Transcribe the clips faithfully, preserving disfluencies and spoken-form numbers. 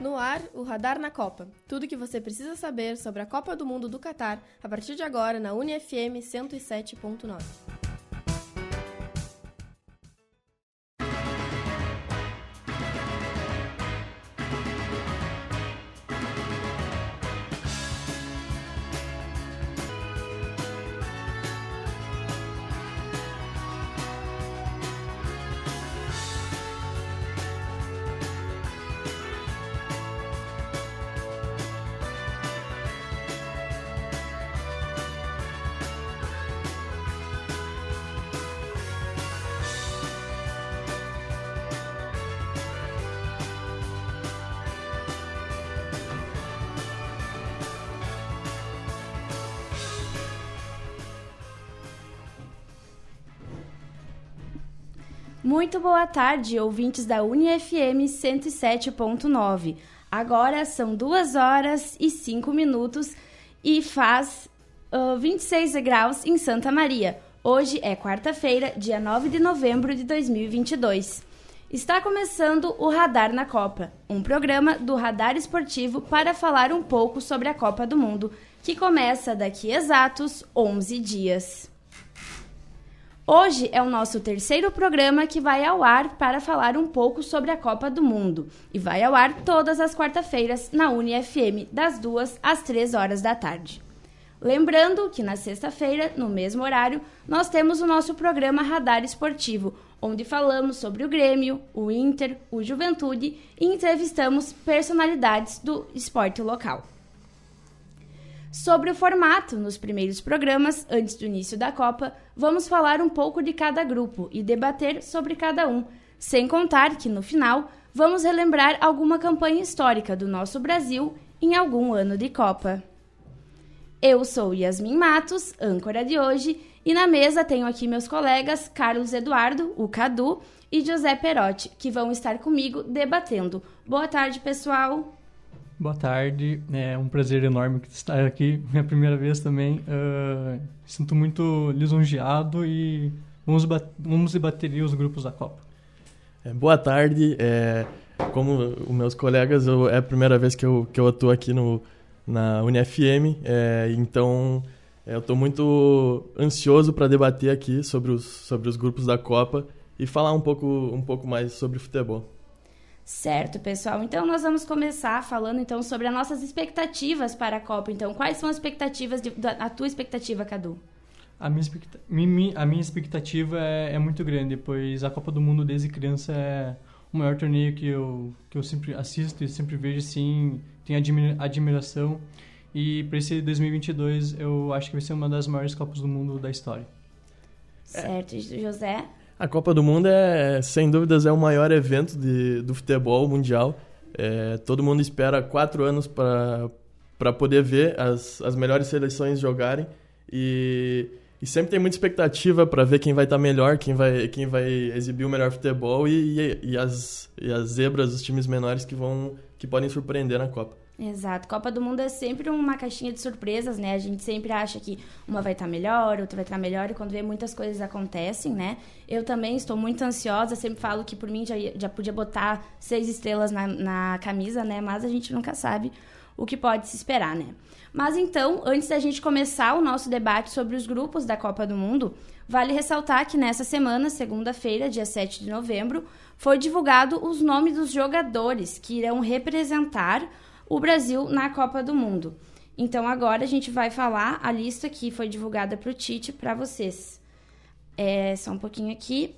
No ar, o Radar na Copa. Tudo o que você precisa saber sobre a Copa do Mundo do Catar, a partir de agora na Uni F M cento e sete ponto nove. Muito boa tarde, ouvintes da Uni F M cento e sete ponto nove. Agora são duas horas e cinco minutos e faz uh, vinte e seis graus em Santa Maria. Hoje é quarta-feira, dia nove de novembro de dois mil e vinte e dois. Está começando o Radar na Copa, um programa do Radar Esportivo para falar um pouco sobre a Copa do Mundo, que começa daqui exatos onze dias. Hoje é o nosso terceiro programa que vai ao ar para falar um pouco sobre a Copa do Mundo e vai ao ar todas as quarta-feiras na Uni F M, das duas às três horas da tarde. Lembrando que na sexta-feira, no mesmo horário, nós temos o nosso programa Radar Esportivo, onde falamos sobre o Grêmio, o Inter, o Juventude e entrevistamos personalidades do esporte local. Sobre o formato, nos primeiros programas, antes do início da Copa, vamos falar um pouco de cada grupo e debater sobre cada um, sem contar que, no final, vamos relembrar alguma campanha histórica do nosso Brasil em algum ano de Copa. Eu sou Yasmin Matos, âncora de hoje, e na mesa tenho aqui meus colegas Carlos Eduardo, o Cadu, e José Perotti, que vão estar comigo debatendo. Boa tarde, pessoal! Boa tarde, é um prazer enorme estar aqui, minha primeira vez também. Uh, sinto muito lisonjeado e vamos, bat- vamos debater os grupos da Copa. É, boa tarde, é, como os meus colegas, eu, é a primeira vez que eu, que eu atuo aqui no, na Uni F M, é, então é, eu estou muito ansioso para debater aqui sobre os, sobre os grupos da Copa e falar um pouco, um pouco mais sobre futebol. Certo, pessoal. Então, nós vamos começar falando então sobre as nossas expectativas para a Copa. Então, quais são as expectativas, de, da, a tua expectativa, Cadu? A minha, expecta- a minha expectativa é, é muito grande, pois a Copa do Mundo desde criança é o maior torneio que eu, que eu sempre assisto e sempre vejo, assim, tenho admira- admiração. E para esse dois mil e vinte e dois, eu acho que vai ser uma das maiores Copas do Mundo da história. Certo, José? A Copa do Mundo, é, sem dúvidas, é o maior evento de, do futebol mundial. É, todo mundo espera quatro anos para poder ver as, as melhores seleções jogarem. E, e sempre tem muita expectativa para ver quem vai estar melhor, quem vai, quem vai exibir o melhor futebol e, e, e, as, e as zebras, os times menores que, vão, que podem surpreender na Copa. Exato. Copa do Mundo é sempre uma caixinha de surpresas, né? A gente sempre acha que uma vai estar melhor, outra vai estar melhor, e quando vê muitas coisas acontecem, né? Eu também estou muito ansiosa, sempre falo que por mim já, já podia botar seis estrelas na, na camisa, né? Mas a gente nunca sabe o que pode se esperar, né? Mas então, antes da gente começar o nosso debate sobre os grupos da Copa do Mundo, vale ressaltar que nessa semana, segunda-feira, dia sete de novembro, foi divulgado os nomes dos jogadores que irão representar o Brasil na Copa do Mundo. Então agora a gente vai falar a lista que foi divulgada para o Tite para vocês. É, só um pouquinho aqui.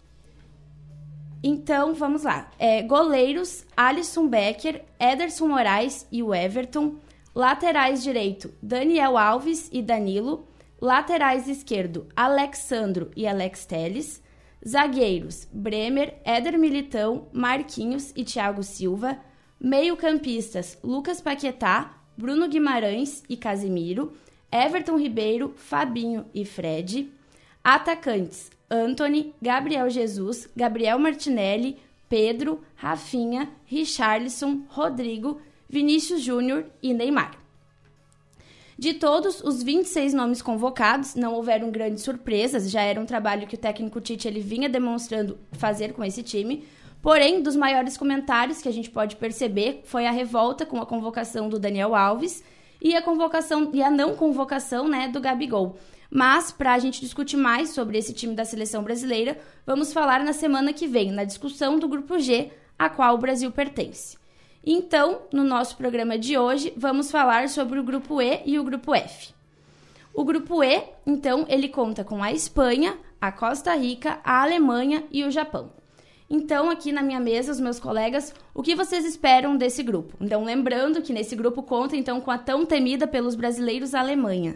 Então vamos lá. É, goleiros: Alisson Becker, Ederson Moraes e o Everton. Laterais direito: Daniel Alves e Danilo. Laterais esquerdo: Alexandro e Alex Telles. Zagueiros: Bremer, Éder Militão, Marquinhos e Thiago Silva. Meio-campistas: Lucas Paquetá, Bruno Guimarães e Casemiro, Everton Ribeiro, Fabinho e Fred. Atacantes: Antony, Gabriel Jesus, Gabriel Martinelli, Pedro, Rafinha, Richarlison, Rodrigo, Vinícius Júnior e Neymar. De todos os vinte e seis nomes convocados, não houveram grandes surpresas, já era um trabalho que o técnico Tite ele vinha demonstrando fazer com esse time. Porém, dos maiores comentários que a gente pode perceber foi a revolta com a convocação do Daniel Alves e a convocação e a não convocação, né, do Gabigol. Mas, para a gente discutir mais sobre esse time da seleção brasileira, vamos falar na semana que vem, na discussão do Grupo G, a qual o Brasil pertence. Então, no nosso programa de hoje, vamos falar sobre o Grupo E e o Grupo F. O Grupo E, então, ele conta com a Espanha, a Costa Rica, a Alemanha e o Japão. Então, aqui na minha mesa, os meus colegas, o que vocês esperam desse grupo? Então, lembrando que nesse grupo conta, então, com a tão temida pelos brasileiros Alemanha.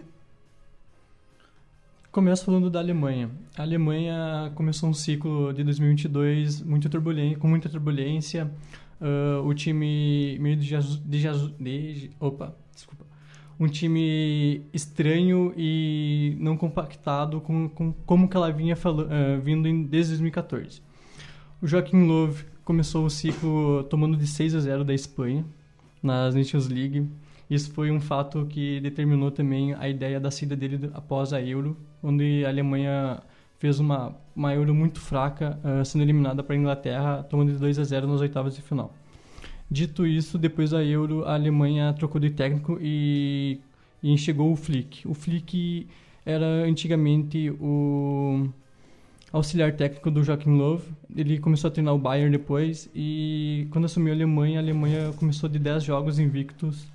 Começo falando da Alemanha. A Alemanha começou um ciclo de dois mil e vinte e dois muito turbulento, com muita turbulência. Uh, o time meio de, Jesus, de, Jesus, de opa, desculpa. Um time estranho e não compactado com, com como que ela vinha falo, uh, vindo em, desde dois mil e quatorze. O Joachim Löw começou o ciclo tomando de seis a zero da Espanha nas Nations League. Isso foi um fato que determinou também a ideia da saída dele após a Euro, onde a Alemanha fez uma, uma Euro muito fraca, uh, sendo eliminada para a Inglaterra, tomando de dois a zero nas oitavas de final. Dito isso, depois da Euro, a Alemanha trocou de técnico e, e chegou o Flick. O Flick era antigamente o auxiliar técnico do Joachim Löw. Ele começou a treinar o Bayern depois e quando assumiu a Alemanha, a Alemanha começou de dez jogos invictos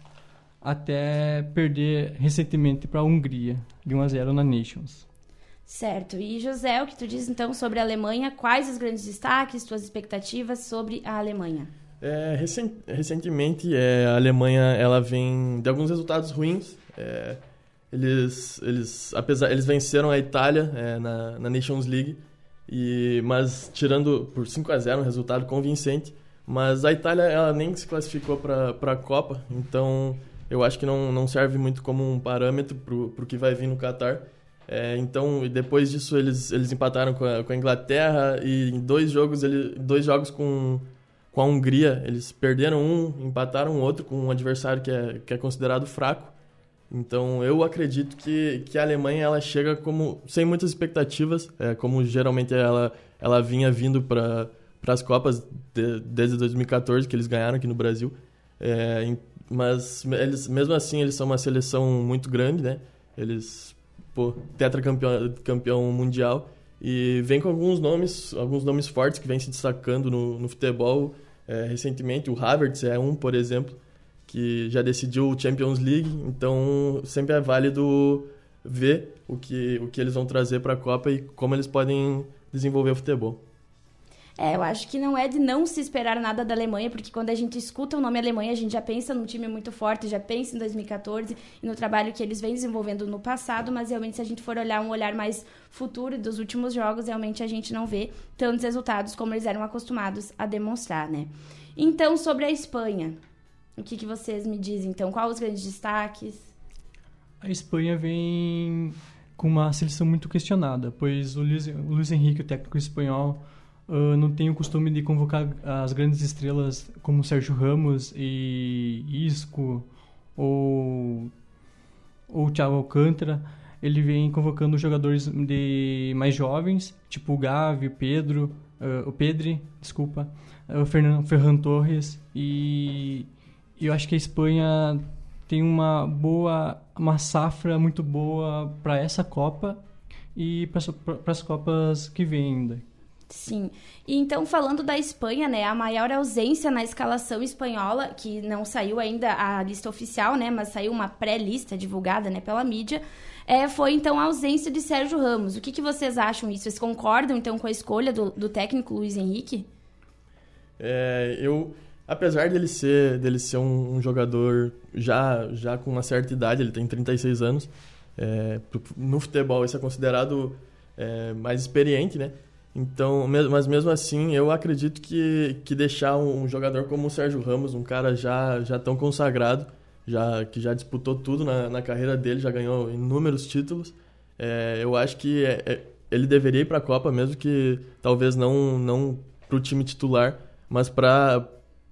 até perder recentemente para a Hungria, de um a zero na Nations. Certo. E, José, o que tu diz, então, sobre a Alemanha? Quais os grandes destaques, tuas expectativas sobre a Alemanha? É, recent, recentemente, é, a Alemanha ela vem de alguns resultados ruins. É, eles, eles, apesar, eles venceram a Itália é, na, na Nations League, e, mas tirando por cinco a zero, um resultado convincente. Mas a Itália ela nem se classificou para a Copa, então eu acho que não, não serve muito como um parâmetro para o que vai vir no Qatar. É, então, depois disso, eles, eles empataram com a, com a Inglaterra e em dois jogos, ele, dois jogos com, com a Hungria, eles perderam um, empataram outro com um adversário que é, que é considerado fraco. Então, eu acredito que, que a Alemanha ela chega como, sem muitas expectativas, é, como geralmente ela, ela vinha vindo para as Copas de, desde dois mil e quatorze, que eles ganharam aqui no Brasil. É, em, Mas, eles, mesmo assim, eles são uma seleção muito grande, né? Eles, pô, tetracampeão campeão mundial. E vem com alguns nomes, alguns nomes fortes que vêm se destacando no, no futebol. É, recentemente, o Havertz é um, por exemplo, que já decidiu o Champions League. Então, sempre é válido ver o que, o que eles vão trazer para a Copa e como eles podem desenvolver o futebol. É, eu acho que não é de não se esperar nada da Alemanha, porque quando a gente escuta o nome Alemanha, a gente já pensa num time muito forte, já pensa em dois mil e quatorze e no trabalho que eles vêm desenvolvendo no passado, mas realmente se a gente for olhar um olhar mais futuro dos últimos jogos, realmente a gente não vê tantos resultados como eles eram acostumados a demonstrar, né? Então, sobre a Espanha, o que, que vocês me dizem, então? Quais os grandes destaques? A Espanha vem com uma seleção muito questionada, pois o Luis, o Luis Henrique, o técnico espanhol, Uh, não tem o costume de convocar as grandes estrelas como Sérgio Ramos e Isco ou o Thiago Alcântara. Ele vem convocando jogadores de mais jovens, tipo o Gavi, o Pedro, uh, o Pedri, desculpa, uh, o Fernan, Ferran Torres, e eu acho que a Espanha tem uma boa, uma safra muito boa para essa Copa e para as Copas que vêm ainda. Sim. E então, falando da Espanha, né, a maior ausência na escalação espanhola, que não saiu ainda a lista oficial, né, mas saiu uma pré-lista divulgada, né, pela mídia, é, foi então a ausência de Sérgio Ramos. O que, que vocês acham disso? Vocês concordam então com a escolha do, do técnico Luis Henrique? É, eu, apesar dele ser, dele ser um, um jogador já, já com uma certa idade, ele tem trinta e seis anos, é, no futebol isso é considerado é, mais experiente, né? Então, mas mesmo assim, eu acredito que, que deixar um jogador como o Sérgio Ramos, um cara já, já tão consagrado, já, que já disputou tudo na, na carreira dele, já ganhou inúmeros títulos, é, eu acho que é, é, ele deveria ir para a Copa, mesmo que talvez não, não para o time titular, mas para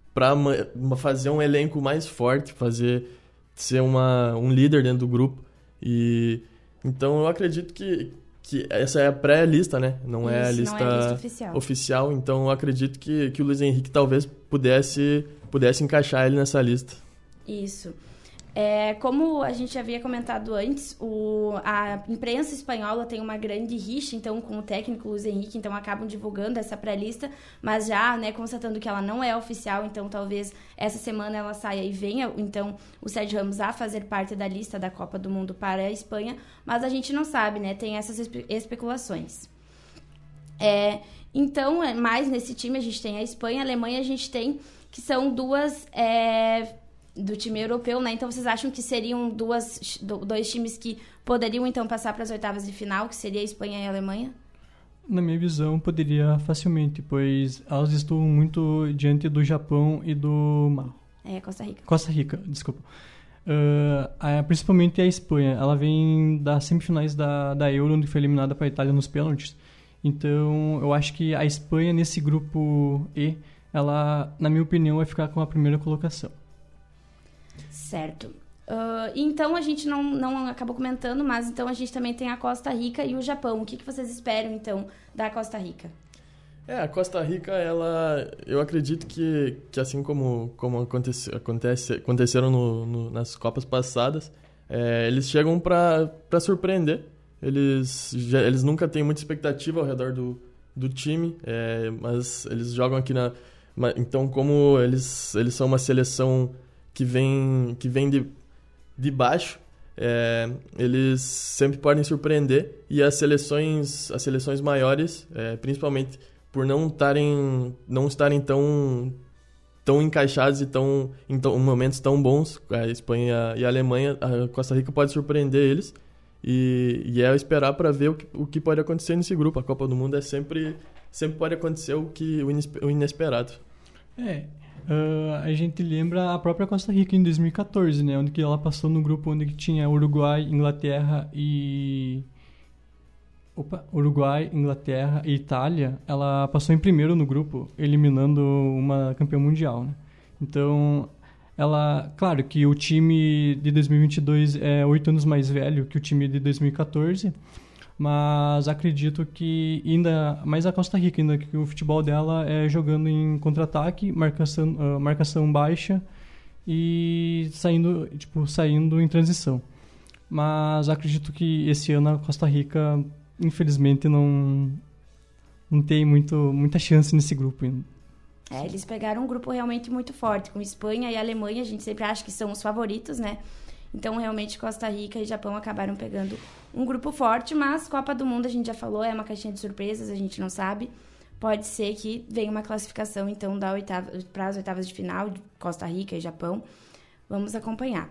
fazer um elenco mais forte, fazer ser uma, um líder dentro do grupo. E, então, eu acredito que que essa é a pré-lista, né? Não Isso, é a lista, não é a lista oficial. oficial. Então eu acredito que, que o Luiz Henrique talvez pudesse, pudesse encaixar ele nessa lista. Isso. É, como a gente havia comentado antes, o, a imprensa espanhola tem uma grande rixa, então, com o técnico Luiz Henrique, então acabam divulgando essa pré-lista, mas já, né, constatando que ela não é oficial, então talvez essa semana ela saia e venha, então, o Sérgio Ramos a fazer parte da lista da Copa do Mundo para a Espanha, mas a gente não sabe, né, tem essas espe- especulações. É, então, é, mais nesse time a gente tem a Espanha, a Alemanha a gente tem, que são duas... É, do time europeu, né? Então, vocês acham que seriam duas, dois times que poderiam, então, passar para as oitavas de final, que seria a Espanha e a Alemanha? Na minha visão, poderia facilmente, pois elas estão muito diante do Japão e do... É, Costa Rica. Costa Rica, desculpa. Uh, a, principalmente a Espanha. Ela vem das semifinais da, da Euro, onde foi eliminada para a Itália nos pênaltis. Então, eu acho que a Espanha, nesse grupo E, ela, na minha opinião, vai ficar com a primeira colocação. Certo. Uh, então, a gente não, não acabou comentando, mas então a gente também tem a Costa Rica e o Japão. O que, que vocês esperam, então, da Costa Rica? É, a Costa Rica, ela... Eu acredito que, que assim como, como acontece, acontece, aconteceram no, no, nas Copas passadas, é, eles chegam para surpreender. Eles, já, eles nunca têm muita expectativa ao redor do, do time, é, mas eles jogam aqui na... Então, como eles, eles são uma seleção... que vem, que vem de, de baixo, é, eles sempre podem surpreender, e as seleções, as seleções maiores, é, principalmente por não estarem não estarem tão, tão encaixadas e tão, em tão, momentos tão bons, a Espanha e a Alemanha, a Costa Rica pode surpreender eles, e, e é esperar para ver o que, o que pode acontecer nesse grupo. A Copa do Mundo é sempre, sempre pode acontecer o, que, o inesperado. É... Uh, a gente lembra a própria Costa Rica em dois mil e catorze, né? Onde que ela passou no grupo onde tinha Uruguai, Inglaterra e... Opa, Uruguai, Inglaterra e Itália. Ela passou em primeiro no grupo, eliminando uma campeã mundial, né? Então, ela... Claro que o time de dois mil e vinte e dois é oito anos mais velho que o time de dois mil e catorze, mas acredito que ainda mais a Costa Rica, ainda que o futebol dela é jogando em contra-ataque, marcação, uh, marcação baixa e saindo, tipo, saindo em transição. Mas acredito que esse ano a Costa Rica, infelizmente, não, não tem muito, muita chance nesse grupo ainda. É, eles pegaram um grupo realmente muito forte, com Espanha e Alemanha, a gente sempre acha que são os favoritos, né? Então, realmente, Costa Rica e Japão acabaram pegando um grupo forte, mas Copa do Mundo, a gente já falou, é uma caixinha de surpresas, a gente não sabe. Pode ser que venha uma classificação, então, da oitava, para as oitavas de final, de Costa Rica e Japão. Vamos acompanhar.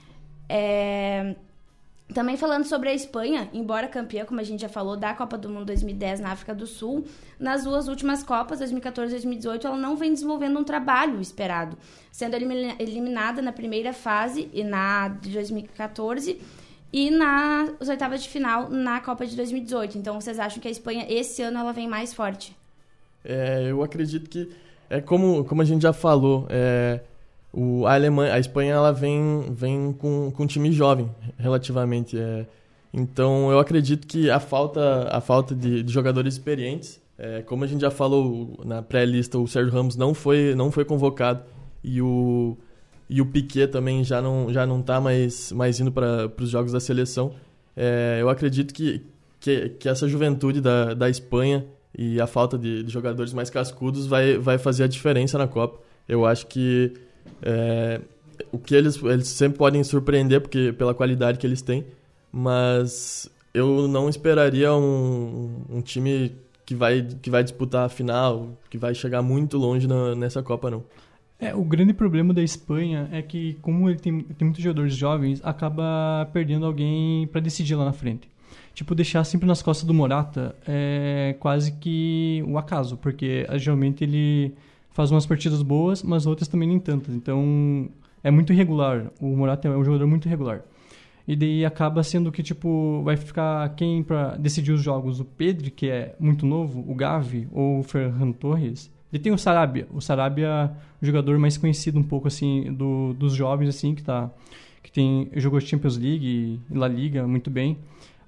É... Também falando sobre a Espanha, embora campeã, como a gente já falou, da Copa do Mundo dois mil e dez na África do Sul, nas duas últimas Copas, dois mil e catorze e dois mil e dezoito, ela não vem desenvolvendo um trabalho esperado, sendo eliminada na primeira fase, e na de dois mil e catorze, e nas oitavas de final na Copa de dois mil e dezoito. Então, vocês acham que a Espanha, esse ano, ela vem mais forte? É, eu acredito que, é como, como a gente já falou, é... O, a, Alemanha, a Espanha ela vem, vem com, com um time jovem, relativamente. É. Então, eu acredito que a falta, a falta de, de jogadores experientes, é, como a gente já falou na pré-lista, o Sérgio Ramos não foi, não foi convocado e o, e o Piqué também já não já não está mais, mais indo para os jogos da seleção. É, eu acredito que, que, que essa juventude da, da Espanha e a falta de, de jogadores mais cascudos vai, vai fazer a diferença na Copa. Eu acho que É, o que eles, eles sempre podem surpreender porque, pela qualidade que eles têm, mas eu não esperaria um, um time que vai, que vai disputar a final, que vai chegar muito longe na, nessa Copa, não. É, o grande problema da Espanha é que, como ele tem, tem muitos jogadores jovens, acaba perdendo alguém para decidir lá na frente. Tipo, deixar sempre nas costas do Morata é quase que um acaso, porque geralmente ele faz umas partidas boas, mas outras também nem tantas. Então, é muito irregular. O Morata é um jogador muito irregular. E daí acaba sendo que, tipo, vai ficar quem para decidir os jogos? O Pedri, que é muito novo, o Gavi ou o Ferran Torres. E tem o Sarabia. O Sarabia é o jogador mais conhecido um pouco, assim, do, dos jovens, assim, que, tá, que tem, jogou Champions League e La Liga muito bem.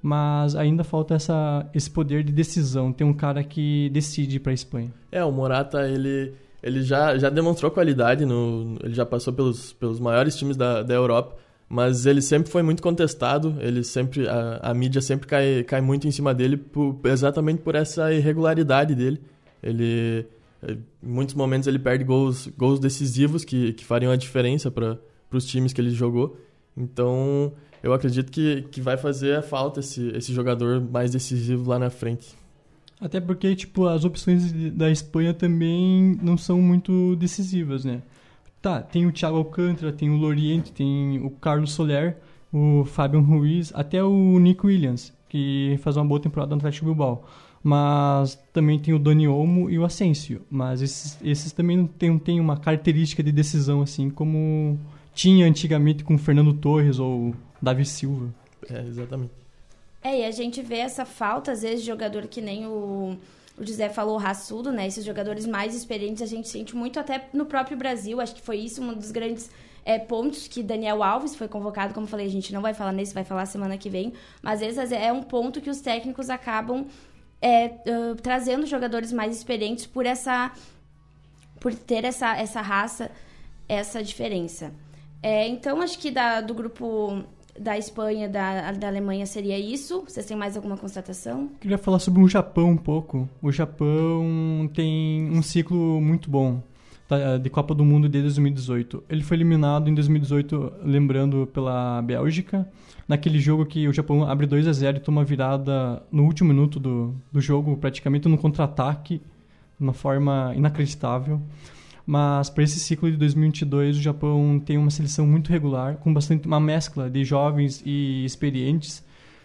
mas ainda falta essa, esse poder de decisão, ter um cara que decide para a Espanha. É, o Morata, ele, ele já, já demonstrou qualidade, no, ele já passou pelos, pelos maiores times da, da Europa, mas ele sempre foi muito contestado, ele sempre, a, a mídia sempre cai, cai muito em cima dele por, exatamente por essa irregularidade dele. Ele, em muitos momentos ele perde gols, gols decisivos que, que fariam a diferença para os times que ele jogou. Então, eu acredito que, que vai fazer a falta esse, esse jogador mais decisivo lá na frente. Até porque, tipo, as opções da Espanha também não são muito decisivas, né? Tá, tem o Thiago Alcântara, tem o Loriente, tem o Carlos Soler, o Fabian Ruiz, até o Nico Williams, que faz uma boa temporada no Atlético Bilbao. Mas também tem o Dani Olmo e o Asensio. Mas esses, esses também não tem, tem uma característica de decisão, assim, como tinha antigamente com o Fernando Torres ou Davi Silva. É, exatamente. É, e a gente vê essa falta, às vezes, de jogador que nem o... O José falou raçudo, né? Esses jogadores mais experientes a gente sente muito até no próprio Brasil. Acho que foi isso um dos grandes é, pontos que Daniel Alves foi convocado. Como eu falei, a gente não vai falar nesse, vai falar semana que vem. Mas às vezes é um ponto que os técnicos acabam é, uh, trazendo jogadores mais experientes por, essa, por ter essa, essa raça, essa diferença. É, então, acho que da, do grupo... da Espanha, da, da Alemanha seria isso? Vocês têm mais alguma constatação? Queria falar sobre o Japão um pouco. O Japão tem um ciclo muito bom tá, de Copa do Mundo desde dois mil e dezoito. Ele foi eliminado em dois mil e dezoito, lembrando, pela Bélgica, naquele jogo que o Japão abre dois a zero e toma virada no último minuto do, do jogo, praticamente no contra-ataque, de uma forma inacreditável. Mas para esse ciclo de dois mil e vinte e dois, o Japão tem uma seleção muito regular, com bastante uma mescla de jovens e experientes.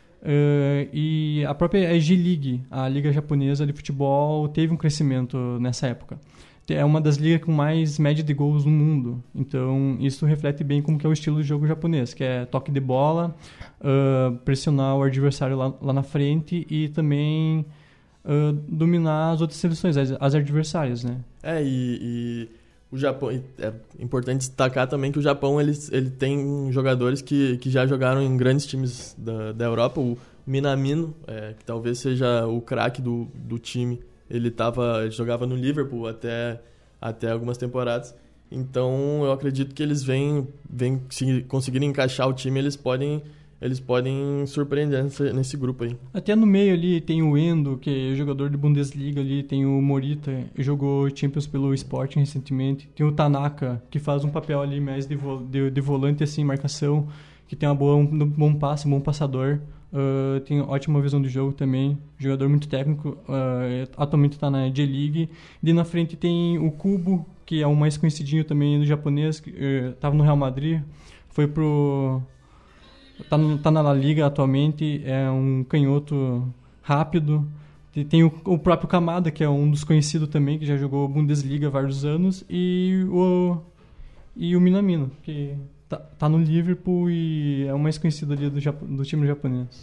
Uh, e a própria J-League, a liga japonesa de futebol, teve um crescimento nessa época. É uma das ligas com mais média de gols no mundo. Então, isso reflete bem como que é o estilo de jogo japonês, que é toque de bola, uh, pressionar o adversário lá, lá na frente e também... Uh, dominar as outras seleções, as, as adversárias, né? É, e, e o Japão... É importante destacar também que o Japão ele, ele tem jogadores que, que já jogaram em grandes times da, da Europa. O Minamino, é, que talvez seja o craque do, do time, ele, tava, ele jogava no Liverpool até, até algumas temporadas. Então, eu acredito que eles vêm, vêm se conseguirem encaixar o time, eles podem... eles podem surpreender nesse, nesse grupo aí. Até no meio ali tem o Endo, que é jogador de Bundesliga ali, tem o Morita, que jogou Champions pelo Sporting recentemente, tem o Tanaka, que faz um papel ali mais de, vo, de, de volante, assim, marcação, que tem uma boa, um bom passe, um bom passador, uh, tem ótima visão de jogo também, jogador muito técnico, uh, atualmente está na J-League. E na frente tem o Kubo, que é o mais conhecidinho também do japonês, estava uh, no Real Madrid, foi pro... Tá, no, tá na La Liga atualmente, é um canhoto rápido. Tem o, o próprio Kamada, que é um dos conhecidos também, que já jogou Bundesliga há vários anos. E o, e o Minamino, que tá, tá no Liverpool e é o mais conhecido ali do, do time japonês.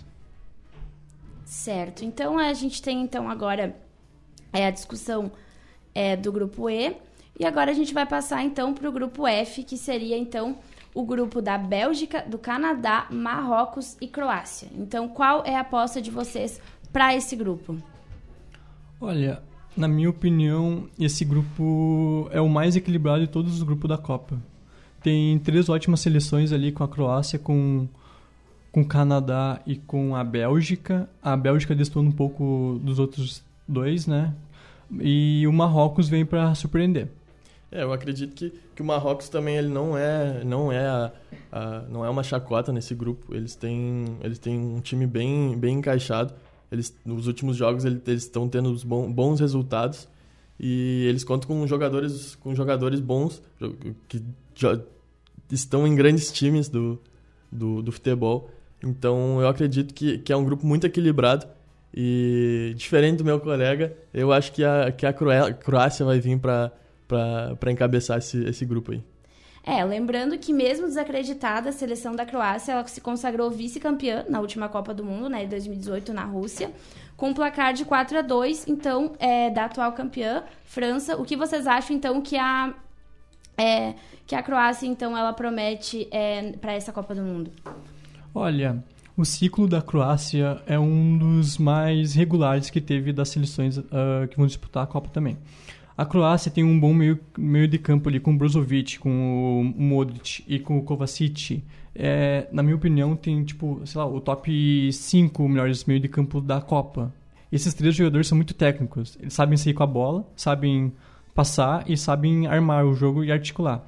Certo. Então, a gente tem então agora é, a discussão é, do grupo E. E agora a gente vai passar então para o grupo F, que seria então... o grupo da Bélgica, do Canadá, Marrocos e Croácia. Então, qual é a aposta de vocês para esse grupo? Olha, na minha opinião, esse grupo é o mais equilibrado de todos os grupos da Copa. Tem três ótimas seleções ali com a Croácia, com, com o Canadá e com a Bélgica. A Bélgica destoando um pouco dos outros dois, né? E o Marrocos vem para surpreender. É, eu acredito que, que o Marrocos também ele não é não é a, a, não é uma chacota nesse grupo. Eles têm eles têm um time bem bem encaixado. Eles nos últimos jogos eles estão tendo bons, bons resultados e eles contam com jogadores com jogadores bons que já estão em grandes times do, do, do futebol. Então eu acredito que, que é um grupo muito equilibrado e diferente do meu colega, eu acho que a que a Croácia vai vir para para encabeçar esse, esse grupo aí. É, lembrando que mesmo desacreditada, a seleção da Croácia ela se consagrou vice-campeã na última Copa do Mundo, né, de dois mil e dezoito, na Rússia, com um placar de quatro a dois, então, é, da atual campeã, França. O que vocês acham, então, que a, é, que a Croácia, então, ela promete é, para essa Copa do Mundo? Olha, O ciclo da Croácia é um dos mais regulares que teve das seleções uh, que vão disputar a Copa também. A Croácia tem um bom meio, meio de campo ali com o Brozovic, com o Modric e com o Kovacic. É, na minha opinião, tem tipo, sei lá, o top cinco melhores meio de campo da Copa. Esses três jogadores são muito técnicos. Eles sabem sair com a bola, sabem passar e sabem armar o jogo e articular.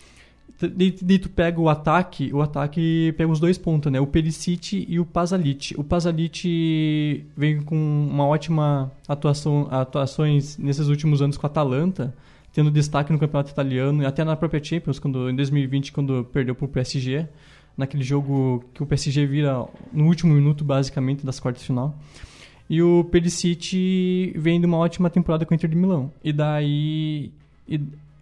Daí tu pega o ataque, o ataque pega os dois pontos, né? O Perisic e o Pasalic. O Pasalic vem com uma ótima atuação, atuações nesses últimos anos com a Atalanta, tendo destaque no campeonato italiano e até na própria Champions, quando, em dois mil e vinte, quando perdeu pro P S G, naquele jogo que o P S G vira no último minuto, basicamente, das quartas de final. E o Perisic vem de uma ótima temporada com o Inter de Milão. E daí... E,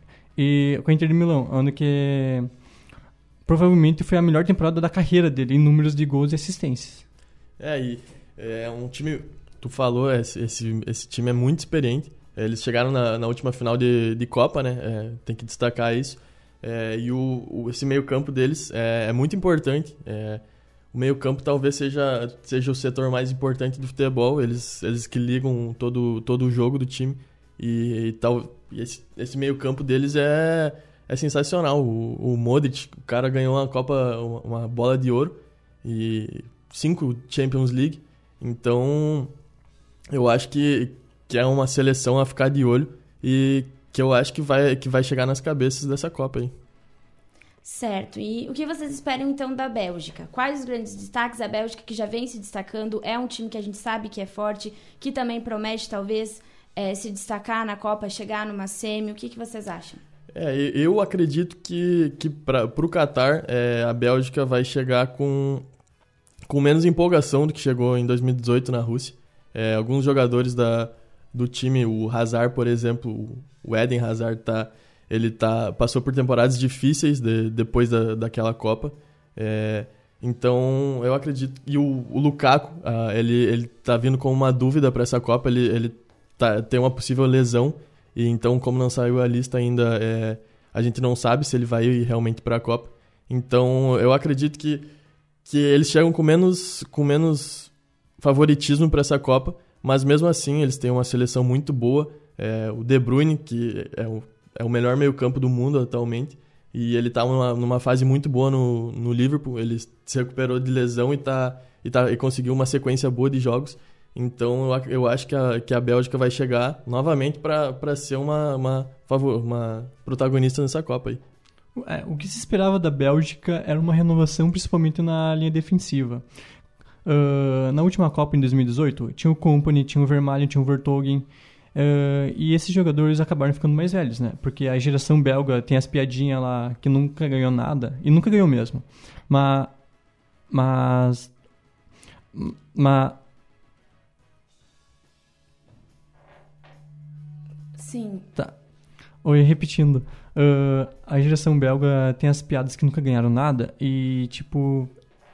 E com a Inter de Milão, ano que provavelmente foi a melhor temporada da carreira dele em números de gols e assistências. É, e é um time, tu falou, esse, esse, esse time é muito experiente. Eles chegaram na, na última final de, de Copa, né? É, tem que destacar isso. É, e o, o, esse meio campo deles é, é muito importante. É, o meio campo talvez seja, seja o setor mais importante do futebol. Eles, eles que ligam todo, todo o jogo do time. E, e, tal, e esse, esse meio campo deles é, é sensacional. O, o Modric, o cara ganhou uma Copa, uma, uma bola de ouro e cinco Champions League. Então eu acho que, que é uma seleção a ficar de olho e que eu acho que vai, que vai chegar nas cabeças dessa Copa aí. Certo, e o que vocês esperam então da Bélgica? Quais os grandes destaques? A Bélgica, que já vem se destacando, é um time que a gente sabe que é forte, que também promete talvez É, se destacar na Copa, chegar numa semi. O que, que vocês acham? É, eu acredito que, que para o Qatar é, a Bélgica vai chegar com, com menos empolgação do que chegou em dois mil e dezoito na Rússia. É, alguns jogadores da, do time, o Hazard, por exemplo, o Eden Hazard, tá, ele tá, passou por temporadas difíceis de, depois da, daquela Copa. É, então, eu acredito... E o, o Lukaku, ah, ele, ele tá vindo com uma dúvida para essa Copa. Ele... ele Tá, tem uma possível lesão, e então, como não saiu a lista ainda, é, a gente não sabe se ele vai ir realmente para a Copa. Então, eu acredito que, que eles chegam com menos, com menos favoritismo para essa Copa, mas mesmo assim, eles têm uma seleção muito boa. É, o De Bruyne, que é o, é o melhor meio-campo do mundo atualmente, e ele está numa, numa fase muito boa no, no Liverpool. Ele se recuperou de lesão e, tá, e, tá, e conseguiu uma sequência boa de jogos. Então, eu, eu acho que a, que a Bélgica vai chegar novamente para ser uma, uma, uma protagonista nessa Copa aí. É, o que se esperava da Bélgica era uma renovação, principalmente na linha defensiva. Uh, na última Copa, em dois mil e dezoito, tinha o Kompany, tinha o Vermaelen, tinha o Vertonghen. Uh, e esses jogadores acabaram ficando mais velhos, né? Porque a geração belga tem as piadinhas lá que nunca ganhou nada. E nunca ganhou mesmo. Mas... Mas... Mas... Sim. Tá. Oi, repetindo. Uh, a geração belga tem as piadas que nunca ganharam nada e, tipo...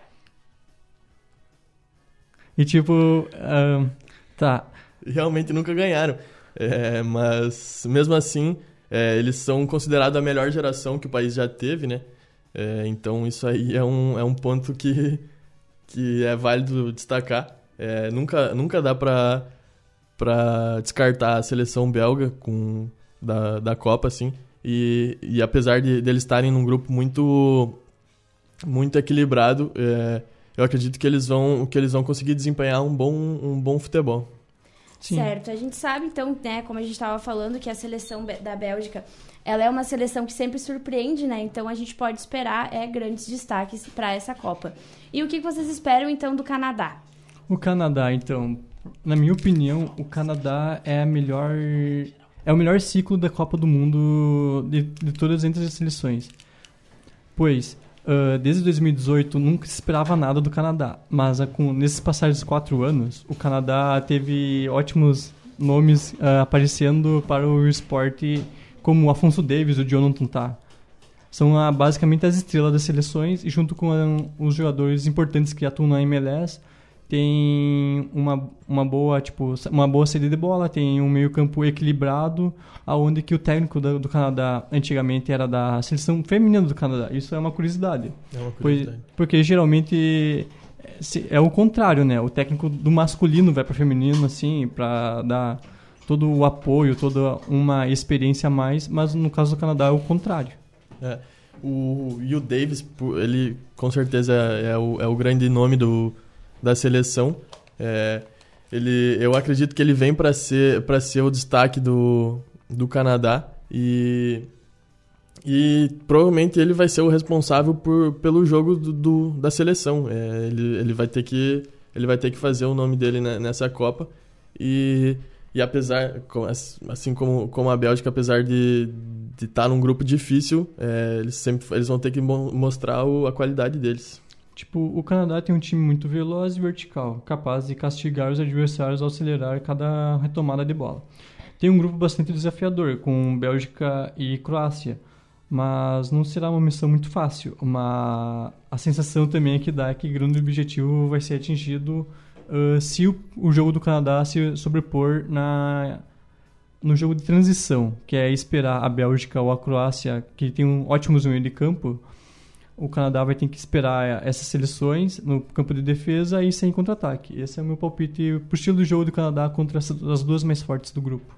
E, tipo... Uh, tá. Realmente nunca ganharam. É, mas, mesmo assim, é, eles são considerados a melhor geração que o país já teve, né? É, então, isso aí é um, é um ponto que, que é válido destacar. É, nunca, nunca dá pra... para descartar a seleção belga com, da, da Copa, assim. E, e apesar de, de eles estarem num grupo muito, muito equilibrado, é, eu acredito que eles, vão, que eles vão conseguir desempenhar um bom, um bom futebol. Sim. Certo. A gente sabe, então, né, como a gente estava falando, que a seleção da Bélgica, ela é uma seleção que sempre surpreende, né? Então, a gente pode esperar é, grandes destaques para essa Copa. E o que vocês esperam, então, do Canadá? O Canadá, então... Na minha opinião, o Canadá é a melhor é o melhor ciclo da Copa do Mundo de, de todas entre as seleções. Pois, uh, desde dois mil e dezoito nunca se esperava nada do Canadá, mas uh, com, nesses passados quatro anos, o Canadá teve ótimos nomes uh, aparecendo para o esporte, como o Afonso Davies, o Jonathan Tah. São uh, basicamente as estrelas das seleções, e junto com uh, os jogadores importantes que atuam na M L S, tem uma, uma boa tipo uma boa saída de bola, tem um meio campo equilibrado, aonde que o técnico do, do Canadá antigamente era da seleção feminina do Canadá. Isso é uma curiosidade. É uma curiosidade. Pois, porque geralmente se- é o contrário, né? O técnico do masculino vai para feminino, assim, para dar todo o apoio, toda uma experiência a mais, mas no caso do Canadá é o contrário. É. O, e o Davis, pu- ele com certeza é, é o, é o grande nome do, da seleção. É, ele, eu acredito que ele vem para ser, para ser o destaque do, do Canadá e, e provavelmente ele vai ser o responsável por, pelo jogo do, do- da seleção. É, ele, ele, vai ter que, ele vai ter que fazer o nome dele ne- nessa Copa e, e apesar, com- assim como, como a Bélgica, apesar de de estar num grupo difícil, é, eles sempre eles vão ter que mo- mostrar o- a qualidade deles. Tipo, o Canadá tem um time muito veloz e vertical, capaz de castigar os adversários ao acelerar cada retomada de bola. Tem um grupo bastante desafiador, com Bélgica e Croácia, mas não será uma missão muito fácil. Uma... A sensação também é que dá é que o grande objetivo vai ser atingido uh, se o, o jogo do Canadá se sobrepor na... no jogo de transição, que é esperar a Bélgica ou a Croácia, que tem um ótimo meio de campo. O Canadá vai ter que esperar essas seleções no campo de defesa e sem contra-ataque. Esse é o meu palpite pro estilo de jogo do Canadá contra as as duas mais fortes do grupo.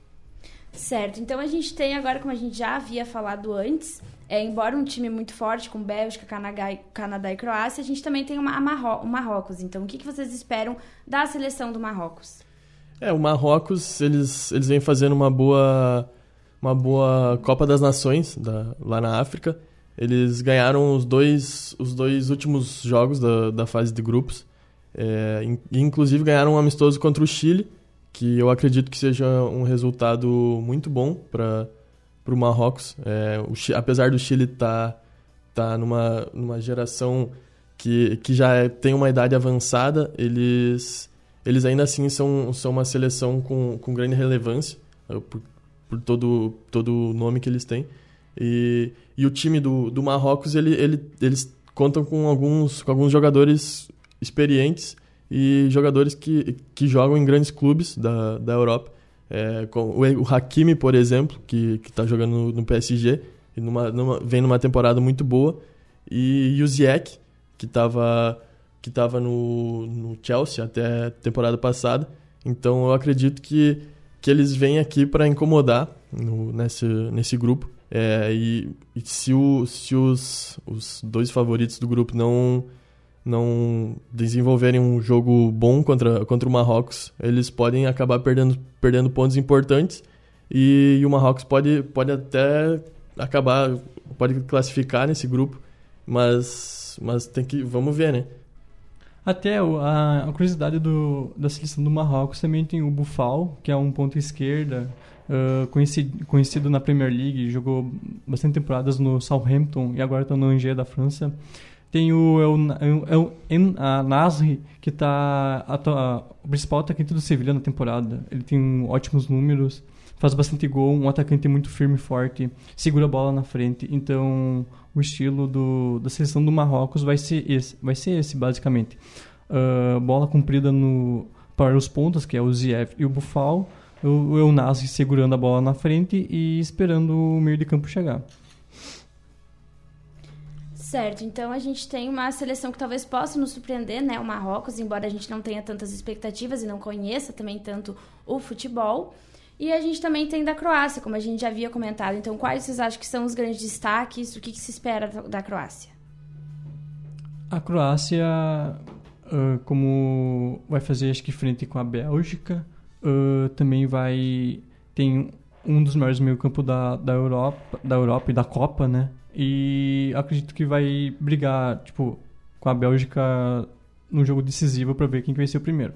Certo, então a gente tem agora, como a gente já havia falado antes, é, embora um time muito forte, com Bélgica, Canadá e, Canadá e Croácia, a gente também tem uma, a Marro- o Marrocos. Então, o que, que vocês esperam da seleção do Marrocos? É, o Marrocos, eles, eles vêm fazendo uma boa, uma boa Copa das Nações da- lá na África. Eles ganharam os dois, os dois últimos jogos da, da fase de grupos. É, in- e inclusive ganharam um amistoso contra o Chile, que eu acredito que seja um resultado muito bom para o Marrocos. É, o Chi- apesar do Chile estar tá, tá numa, numa geração que, que já é- tem uma idade avançada, eles, eles ainda assim são, são uma seleção com, com grande relevância, eh, por, por todo, todo o nome que eles têm. E, e o time do, do Marrocos, ele, ele, eles contam com alguns, com alguns jogadores experientes e jogadores que, que jogam em grandes clubes da, da Europa. É, com o, o Hakimi, por exemplo, que está jogando no, no P S G, e numa, numa, vem numa temporada muito boa. E, e o Ziyech, que estava que tava no, no Chelsea até a temporada passada. Então eu acredito que, que eles vêm aqui para incomodar no, nesse, nesse grupo. É, e, e se, o, se os, os dois favoritos do grupo não, não desenvolverem um jogo bom contra, contra o Marrocos, eles podem acabar perdendo, perdendo pontos importantes e, e o Marrocos pode, pode até acabar, pode classificar nesse grupo, mas, mas tem que, vamos ver, né? Até o- a, a curiosidade do, da seleção do Marrocos também tem o Boufal, que é um ponto esquerda, uh, conhecido, conhecido na Premier League, jogou bastante temporadas no Southampton e agora está no Angers da França. Tem o El, El, El, En a Nasri, que está o principal atacante do Sevilla na temporada. Ele tem ótimos números, faz bastante gol, um atacante muito firme e forte, segura a bola na frente. Então, o estilo do, da seleção do Marrocos vai ser esse, vai ser esse basicamente. Uh, bola comprida no, para os pontas, que é o Ziyech e o Boufal, o, o El Nasri segurando a bola na frente e esperando o meio de campo chegar. Certo, então a gente tem uma seleção que talvez possa nos surpreender, né? O Marrocos, embora a gente não tenha tantas expectativas e não conheça também tanto o futebol. E a gente também tem da Croácia, como a gente já havia comentado. Então, quais vocês acham que são os grandes destaques? O que, que se espera da, da Croácia? A Croácia, uh, como vai fazer acho que frente com a Bélgica, uh, também vai tem um dos melhores meio-campo da, da Europa, da Europa e da Copa, né? E acredito que vai brigar, tipo, com a Bélgica num jogo decisivo para ver quem vai ser o primeiro.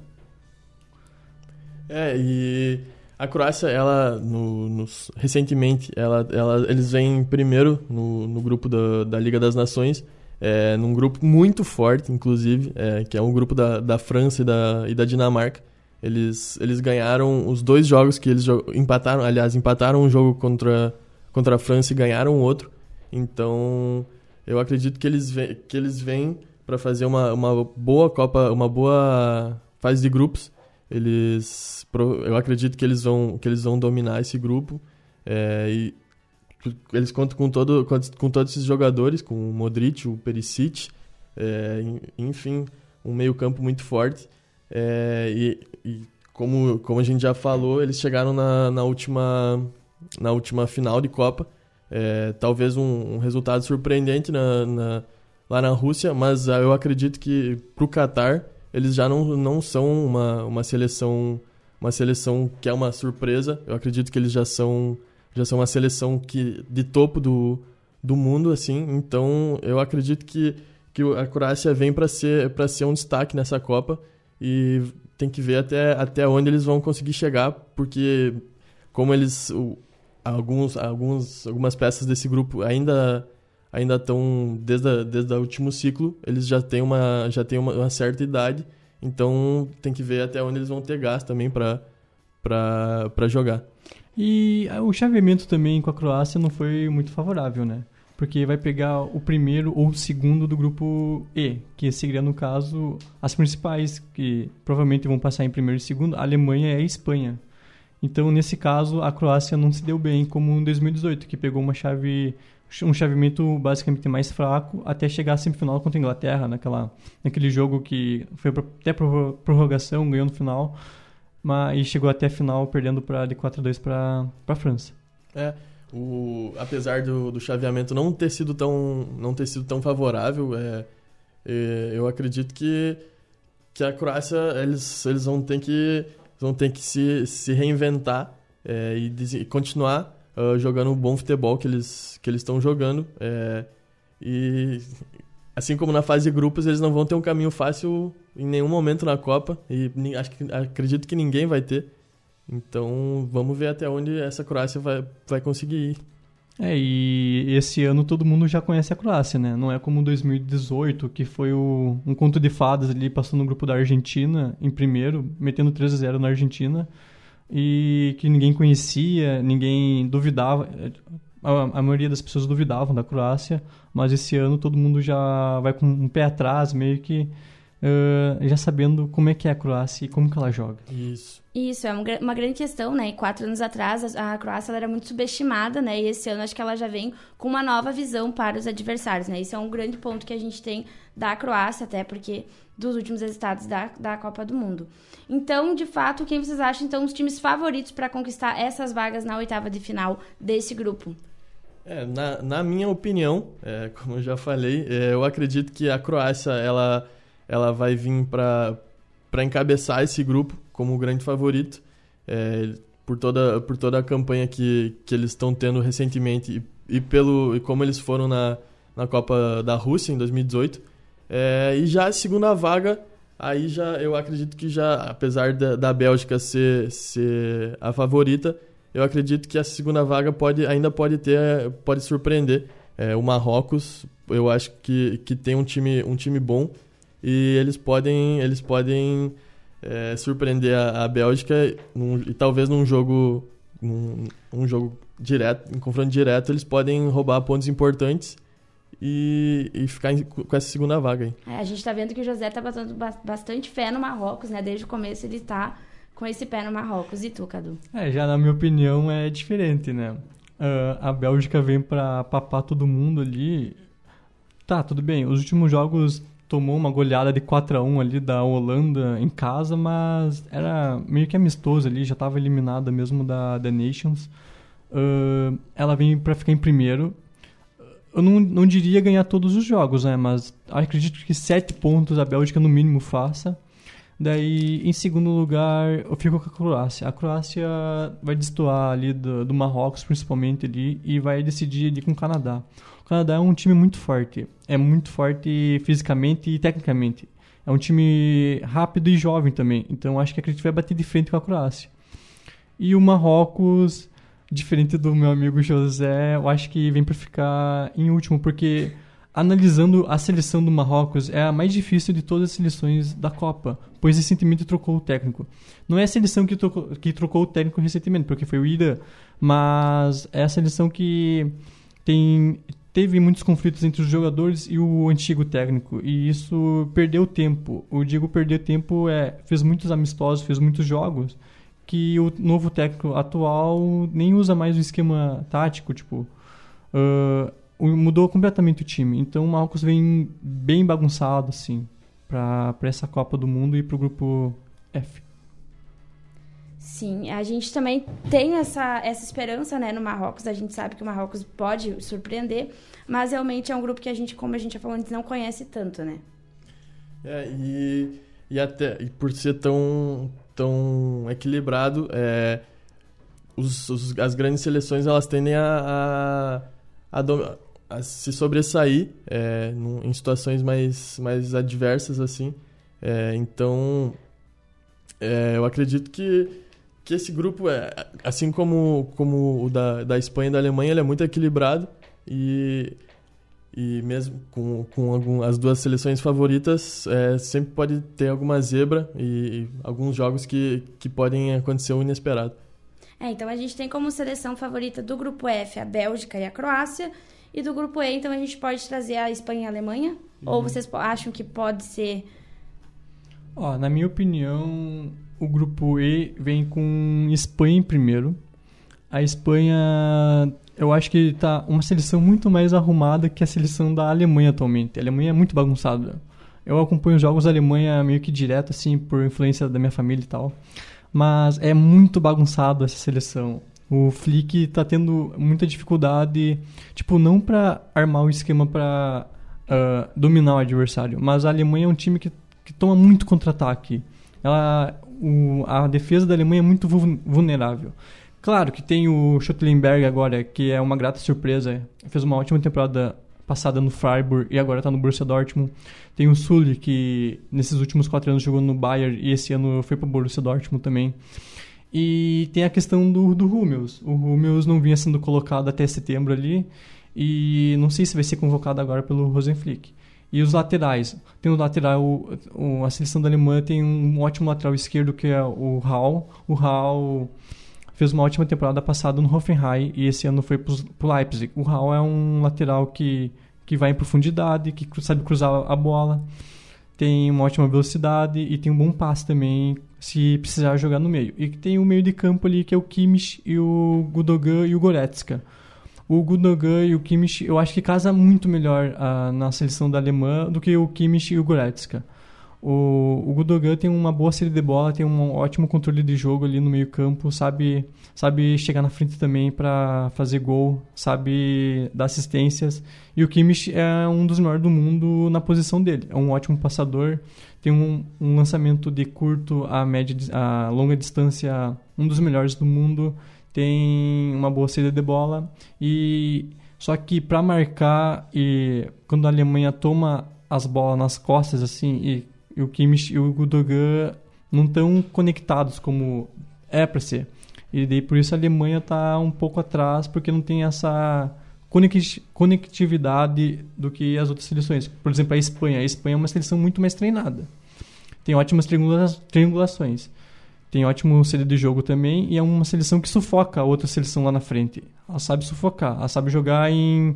É, e a Croácia, ela, no, nos- recentemente, ela, ela, eles vêm primeiro no, no grupo da, da Liga das Nações, é, num grupo muito forte, inclusive, é, que é um grupo da, da França e da, e da Dinamarca. Eles, eles ganharam os dois jogos que eles jo- empataram, aliás, empataram um jogo contra, contra a França e ganharam outro. Então, eu acredito que eles, ve- que eles vêm para fazer uma, uma boa Copa, uma boa fase de grupos. Eles, pro- eu acredito que eles vão, que eles vão dominar esse grupo. É, e eles contam com, todo, com, com todos esses jogadores, com o Modric, o Perisic, é, en- enfim, um meio campo muito forte. É, e, e como, como a gente já falou, eles chegaram na, na, última, na última final de Copa. É, talvez um, um resultado surpreendente na, na, lá na Rússia, mas eu acredito que para o Catar eles já não, não são uma, uma, seleção, uma seleção que é uma surpresa. Eu acredito que eles já são, já são uma seleção que, de topo do, do mundo, assim. Então eu acredito que, que a Croácia vem para ser, para ser um destaque nessa Copa e tem que ver até, até onde eles vão conseguir chegar, porque como eles... O, Alguns, alguns, algumas peças desse grupo ainda ainda estão desde, a, desde o último ciclo, eles já têm uma já têm uma, uma certa idade, então tem que ver até onde eles vão ter gás também para para jogar. E o chaveamento também com a Croácia não foi muito favorável, né? Porque vai pegar o primeiro ou o segundo do grupo E, que seria, no caso, as principais, que provavelmente vão passar em primeiro e segundo, a Alemanha e a Espanha. Então, nesse caso, a Croácia não se deu bem como em dois mil e dezoito, que pegou uma chave, um chaveamento basicamente mais fraco até chegar à semifinal contra a Inglaterra, naquela, naquele jogo que foi até prorrogação, ganhou no final, mas, e chegou até a final perdendo pra, de quatro a dois para a França. É, o, apesar do, do chaveamento não ter sido tão, não ter sido tão favorável, é, é, eu acredito que, que a Croácia eles, eles vão ter que... vão ter que se, se reinventar é, e, e continuar uh, jogando o bom futebol que eles que eles estão jogando. É, e assim como na fase de grupos, eles não vão ter um caminho fácil em nenhum momento na Copa. E acho que, acredito que ninguém vai ter. Então vamos ver até onde essa Croácia vai, vai conseguir ir. É, e esse ano todo mundo já conhece a Croácia, né? Não é como dois mil e dezoito, que foi o, um conto de fadas ali, passando no grupo da Argentina em primeiro, metendo três a zero na Argentina, e que ninguém conhecia, ninguém duvidava, a, a maioria das pessoas duvidavam da Croácia, mas esse ano todo mundo já vai com um pé atrás, meio que uh, já sabendo como é que é a Croácia e como que ela joga. Isso. Isso, é uma grande questão, né? E quatro anos atrás, a Croácia ela era muito subestimada, né? E esse ano acho que ela já vem com uma nova visão para os adversários, né? Isso é um grande ponto que a gente tem da Croácia, até porque dos últimos resultados da, da Copa do Mundo. Então, de fato, quem vocês acham, então, os times favoritos para conquistar essas vagas na oitava de final desse grupo? É, na, na minha opinião, é, como eu já falei, é, eu acredito que a Croácia ela, ela vai vir para para encabeçar esse grupo como o grande favorito, é, por, toda, por toda a campanha que, que eles estão tendo recentemente e, e, pelo, e como eles foram na, na Copa da Rússia em dois mil e dezoito. É, e já a segunda vaga, aí já eu acredito que já, apesar da, da Bélgica ser, ser a favorita, eu acredito que a segunda vaga pode, ainda pode ter, pode surpreender. É, o Marrocos, eu acho que, que tem um time, um time bom, e eles podem, eles podem é, surpreender a, a Bélgica num, e talvez num jogo, num, um jogo direto, em confronto direto, eles podem roubar pontos importantes e, e ficar em, com essa segunda vaga aí. É, a gente tá vendo que o José tá botando bastante fé no Marrocos, né? Desde o começo ele tá com esse pé no Marrocos. E tu, Cadu? É, já na minha opinião é diferente, né? Uh, a Bélgica vem pra papar todo mundo ali. Tá, tudo bem. Os últimos jogos tomou uma goleada de quatro a um ali da Holanda em casa, mas era meio que amistoso ali, já estava eliminada mesmo da, da Nations. Uh, ela vem para ficar em primeiro. Eu não, não diria ganhar todos os jogos, né? Mas acredito que sete pontos a Bélgica no mínimo faça. Daí, em segundo lugar, eu fico com a Croácia. A Croácia vai destoar ali do, do Marrocos, principalmente ali, e vai decidir ali com o Canadá. O Canadá é um time muito forte. É muito forte fisicamente e tecnicamente. É um time rápido e jovem também. Então, acho que a gente vai bater de frente com a Croácia. E o Marrocos, diferente do meu amigo José, eu acho que vem para ficar em último, porque analisando a seleção do Marrocos, é a mais difícil de todas as seleções da Copa, pois recentemente trocou o técnico. Não é a seleção que trocou, que trocou o técnico recentemente, porque foi o Irã, mas é a seleção que tem, teve muitos conflitos entre os jogadores e o antigo técnico, e isso perdeu tempo. O Diego perdeu tempo, é, fez muitos amistosos, fez muitos jogos, que o novo técnico atual nem usa mais o esquema tático, tipo... Uh, mudou completamente o time. Então o Marrocos vem bem bagunçado, assim, para essa Copa do Mundo e para o grupo F. Sim, a gente também tem essa, essa esperança, né, no Marrocos. A gente sabe que o Marrocos pode surpreender, mas realmente é um grupo que a gente, como a gente já falou antes, não conhece tanto, né? É, e, e até e por ser tão, tão equilibrado, é, os, os, as grandes seleções elas tendem a, a, a, dom, a se sobressair é, num, em situações mais, mais adversas, assim. É, então, é, eu acredito que, que esse grupo, é, assim como, como o da, da Espanha e da Alemanha, ele é muito equilibrado e... E mesmo com, com algum, as duas seleções favoritas, é, sempre pode ter alguma zebra e, e alguns jogos que, que podem acontecer o inesperado. É, então a gente tem como seleção favorita do grupo F a Bélgica e a Croácia, e do grupo E, então a gente pode trazer a Espanha e a Alemanha? Uhum. Ou vocês acham que pode ser... Ó, na minha opinião, o grupo E vem com Espanha em primeiro. A Espanha... Eu acho que tá uma seleção muito mais arrumada que a seleção da Alemanha atualmente. A Alemanha é muito bagunçada. Eu acompanho os jogos da Alemanha meio que direto, assim, por influência da minha família e tal. Mas é muito bagunçado essa seleção. O Flick tá tendo muita dificuldade, tipo, não pra armar o esquema pra uh, dominar o adversário, mas a Alemanha é um time que, que toma muito contra-ataque. Ela, o, a defesa da Alemanha é muito vulnerável. Claro que tem o Schlotterbeck agora, que é uma grata surpresa. Fez uma ótima temporada passada no Freiburg e agora está no Borussia Dortmund. Tem o Sully, que nesses últimos quatro anos jogou no Bayern e esse ano foi para o Borussia Dortmund também. E tem a questão do, do Hummels. O Hummels não vinha sendo colocado até setembro ali e não sei se vai ser convocado agora pelo Rosenflick. E os laterais. Tem o lateral, o, o, a seleção da Alemanha tem um ótimo lateral esquerdo que é o Raul. O Raul... fez uma ótima temporada passada no Hoffenheim e esse ano foi para o Leipzig. O Raul é um lateral que, que vai em profundidade, que sabe cruzar a bola, tem uma ótima velocidade e tem um bom passe também se precisar jogar no meio. E tem o meio de campo ali que é o Kimmich, e o Gundogan e o Goretzka. O Gundogan e o Kimmich eu acho que casa muito melhor uh, na seleção da Alemanha do que o Kimmich e o Goretzka. O, o Gundogan tem uma boa saída de bola, tem um ótimo controle de jogo ali no meio campo, sabe, sabe chegar na frente também para fazer gol, sabe dar assistências. E o Kimmich é um dos melhores do mundo na posição dele, é um ótimo passador, tem um, um lançamento de curto a, média, a longa distância, um dos melhores do mundo, tem uma boa saída de bola. E só que para marcar, e quando a Alemanha toma as bolas nas costas assim e e o Kimmich e o Gundogan não estão conectados como é para ser. E daí por isso a Alemanha está um pouco atrás, porque não tem essa conectividade do que as outras seleções. Por exemplo, a Espanha. A Espanha é uma seleção muito mais treinada. Tem ótimas triangulações. Tem ótimo C D de jogo também e é uma seleção que sufoca a outra seleção lá na frente. Ela sabe sufocar, ela sabe jogar em,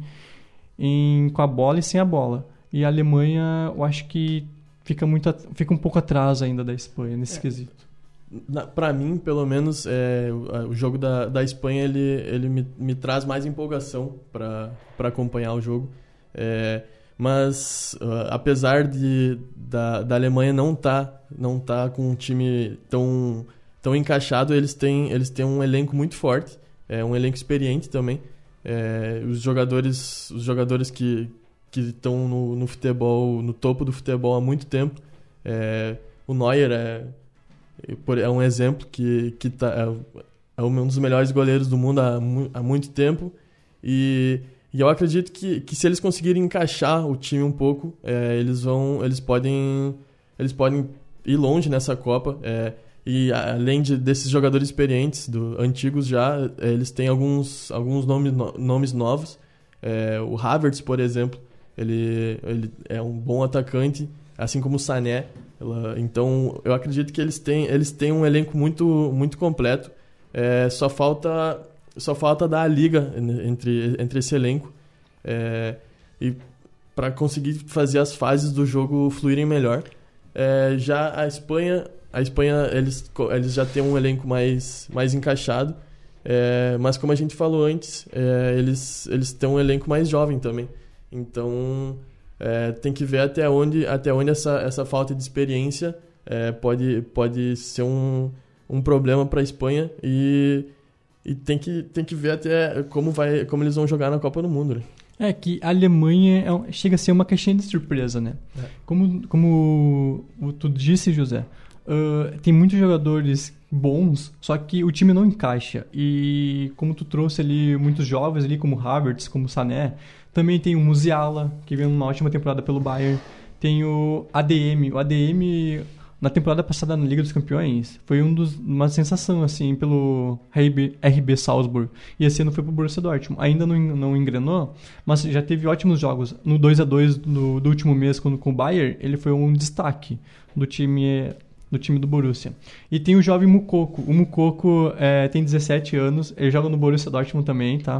em, com a bola e sem a bola. E a Alemanha, eu acho que Fica, muito, fica um pouco atrás ainda da Espanha nesse é. quesito. Para mim, pelo menos, é, o jogo da, da Espanha ele, ele me, me traz mais empolgação para acompanhar o jogo. É, mas, uh, apesar de, da, da Alemanha não estar tá, não tá com um time tão, tão encaixado, eles têm, eles têm um elenco muito forte, é, um elenco experiente também. É, os jogadores, os jogadores que que estão no, no futebol, no topo do futebol há muito tempo. É, o Neuer é, é um exemplo que, que tá, é, é um dos melhores goleiros do mundo há, há muito tempo. E, e eu acredito que, que se eles conseguirem encaixar o time um pouco, é, eles, vão, eles, podem, eles podem ir longe nessa Copa. É, e além de, desses jogadores experientes, do, antigos já, é, eles têm alguns, alguns nomes, no, nomes novos. É, o Havertz, por exemplo, Ele, ele é um bom atacante, assim como o Sané. Ela, então, eu acredito que eles têm, eles têm um elenco muito, muito completo. É, só falta, só falta dar a liga entre, entre esse elenco é, e para conseguir fazer as fases do jogo fluírem melhor. É, já a Espanha, a Espanha eles, eles já têm um elenco mais, mais encaixado. É, mas como a gente falou antes, é, eles, eles têm um elenco mais jovem também. Então, é, tem que ver até onde, até onde essa, essa falta de experiência é, pode, pode ser um, um problema para a Espanha e, e tem, que, tem que ver até como, vai, como eles vão jogar na Copa do Mundo, né? É que a Alemanha é um, chega a ser uma caixinha de surpresa, né? É. Como, como tu disse, José, uh, tem muitos jogadores bons, só que o time não encaixa. E como tu trouxe ali muitos jovens ali, como Havertz, como Sané, também tem o Musiala, que veio numa ótima temporada pelo Bayern. Tem o A D M. O A D M, na temporada passada na Liga dos Campeões, foi um dos, uma sensação, assim, pelo R B Salzburg. E esse ano foi pro Borussia Dortmund. Ainda não, não engrenou, mas já teve ótimos jogos. No dois a dois do, do último mês quando, com o Bayern, ele foi um destaque do time, do time do Borussia. E tem o jovem Moukoko. O Moukoko é, tem dezessete anos, ele joga no Borussia Dortmund também, tá?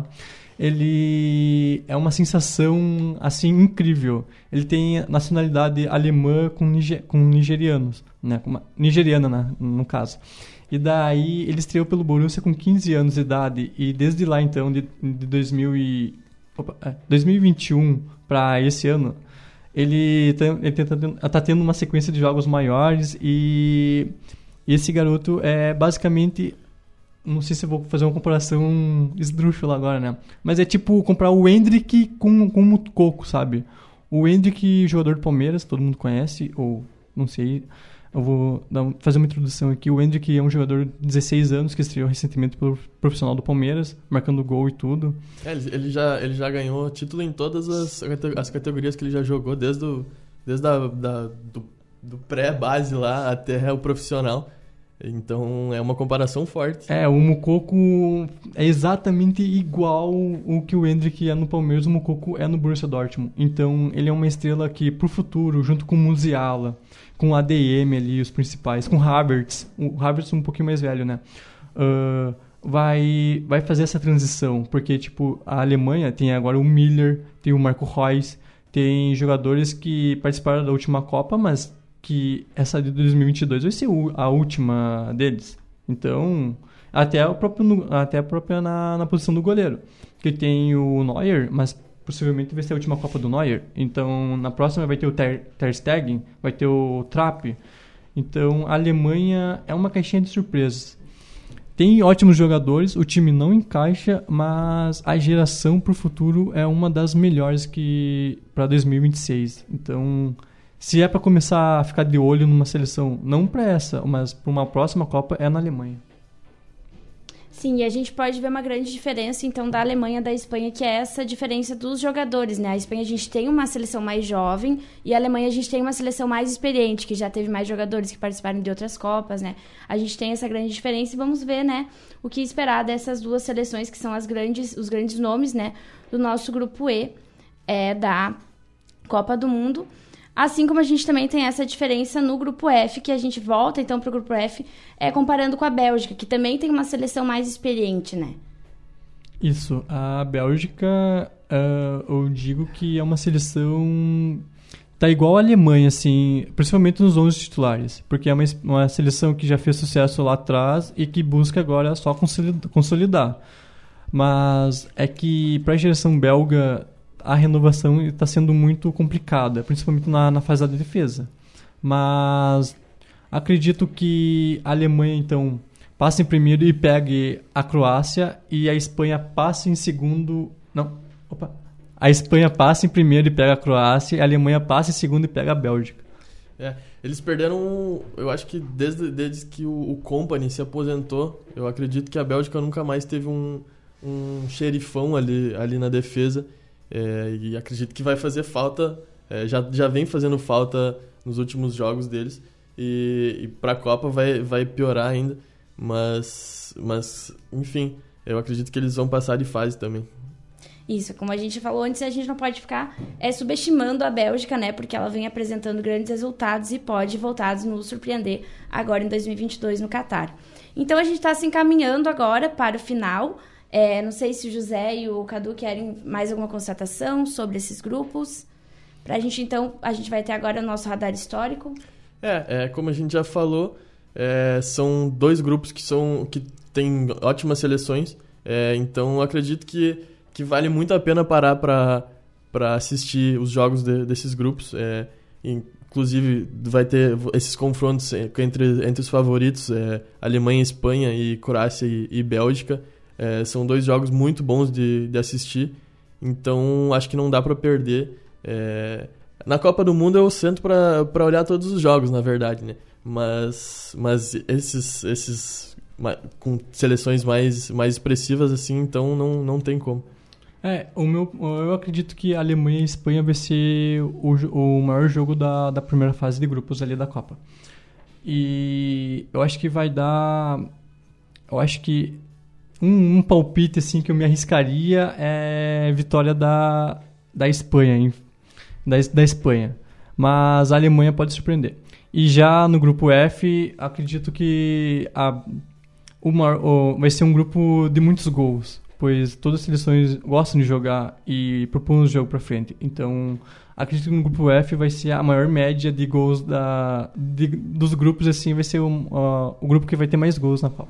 Ele é uma sensação, assim, incrível. Ele tem nacionalidade alemã com, niger, com nigerianos, né? Com uma, nigeriana, né? No caso. E daí ele estreou pelo Borussia com quinze anos de idade. E desde lá, então, de, de dois mil e, opa, é, dois mil e vinte e um para esse ano, ele está tendo uma sequência de jogos maiores. E, e esse garoto é basicamente... Não sei se eu vou fazer uma comparação esdrúxula agora, né? Mas é tipo comprar o Endrick com, com o Moukoko, sabe? O Endrick, jogador do Palmeiras, todo mundo conhece, ou não sei. Eu vou dar, fazer uma introdução aqui. O Endrick é um jogador de dezesseis anos que estreou recentemente pelo profissional do Palmeiras, marcando gol e tudo. É, ele, já, ele já ganhou título em todas as, as categorias que ele já jogou, desde, o, desde a, da, do, do pré-base lá até o profissional. Então é uma comparação forte. É, o Moukoko é exatamente igual o que o Endrick é no Palmeiras, o Moukoko é no Borussia Dortmund. Então ele é uma estrela que pro futuro, junto com o Musiala, com o A D M ali, os principais, com o Havertz, o Havertz um pouquinho mais velho, né? Uh, vai, vai fazer essa transição, porque tipo, a Alemanha tem agora o Müller, tem o Marco Reus, tem jogadores que participaram da última Copa, mas que essa de dois mil e vinte e dois vai ser a última deles. Então, até, o próprio, até a própria na, na posição do goleiro. Que tem o Neuer, mas possivelmente vai ser a última Copa do Neuer. Então, na próxima vai ter o Ter, Ter Stegen, vai ter o Trapp. Então, a Alemanha é uma caixinha de surpresas. Tem ótimos jogadores, o time não encaixa, mas a geração para o futuro é uma das melhores que para dois mil e vinte e seis. Então... Se é para começar a ficar de olho numa seleção, não para essa, mas para uma próxima Copa, é na Alemanha. Sim, e a gente pode ver uma grande diferença, então, da Alemanha e da Espanha, que é essa diferença dos jogadores, né? A Espanha a gente tem uma seleção mais jovem e a Alemanha a gente tem uma seleção mais experiente, que já teve mais jogadores que participaram de outras Copas, né? A gente tem essa grande diferença e vamos ver, né, o que esperar dessas duas seleções, que são as grandes, os grandes nomes, né, do nosso grupo E, é, da Copa do Mundo. Assim como a gente também tem essa diferença no grupo F, que a gente volta então para o grupo F, é, comparando com a Bélgica, que também tem uma seleção mais experiente, né? Isso, a Bélgica, uh, eu digo que é uma seleção... Tá igual a Alemanha, assim, principalmente nos onze titulares, porque é uma, uma seleção que já fez sucesso lá atrás e que busca agora só consolidar. Mas é que para a geração belga... a renovação está sendo muito complicada, principalmente na, na fase da defesa. Mas acredito que a Alemanha, então, passe em primeiro e pegue a Croácia, e a Espanha passe em segundo... Não, opa. A Espanha passe em primeiro e pega a Croácia, e a Alemanha passe em segundo e pega a Bélgica. É, eles perderam, eu acho que desde, desde que o, o Kompany se aposentou, eu acredito que a Bélgica nunca mais teve um, um xerifão ali, ali na defesa. É, e acredito que vai fazer falta, é, já, já vem fazendo falta nos últimos jogos deles, e, e para a Copa vai, vai piorar ainda, mas, mas enfim, eu acredito que eles vão passar de fase também. Isso, como a gente falou antes, a gente não pode ficar é, subestimando a Bélgica, né, porque ela vem apresentando grandes resultados e pode voltar a nos surpreender agora em dois mil e vinte e dois no Catar. Então a gente está se encaminhando agora para o final. É, não sei se o José e o Cadu querem mais alguma constatação sobre esses grupos. Pra gente, então, a gente vai ter agora o nosso radar histórico. É, é como a gente já falou, é, são dois grupos que, são, que têm ótimas seleções. É, então, acredito que, que vale muito a pena parar para para assistir os jogos de, desses grupos. É, inclusive, vai ter esses confrontos entre, entre os favoritos, é, Alemanha, Espanha e Croácia e, e Bélgica. É, são dois jogos muito bons de, de assistir, então acho que não dá para perder. É, na Copa do Mundo eu sento para olhar todos os jogos, na verdade, né? Mas, mas esses, esses com seleções mais, mais expressivas, assim, então não, não tem como. É, o meu, eu acredito que a Alemanha e a Espanha vai ser o, o maior jogo da, da primeira fase de grupos ali da Copa. E eu acho que vai dar... Eu acho que um, um palpite assim, que eu me arriscaria é vitória da, da Espanha, da, da Espanha. Mas a Alemanha pode surpreender. E já no grupo F, acredito que a, o maior, o, vai ser um grupo de muitos gols, pois todas as seleções gostam de jogar e propõem o jogo para frente. Então, acredito que no grupo F vai ser a maior média de gols da, de, dos grupos, assim, vai ser o, uh, o grupo que vai ter mais gols na Copa.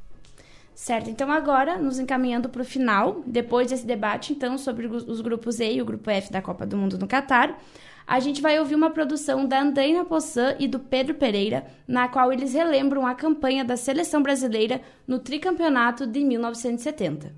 Certo, então agora, nos encaminhando para o final, depois desse debate, então, sobre os grupos E e o grupo F da Copa do Mundo no Catar, a gente vai ouvir uma produção da Andreina Poçan e do Pedro Pereira, na qual eles relembram a campanha da seleção brasileira no tricampeonato de mil novecentos e setenta.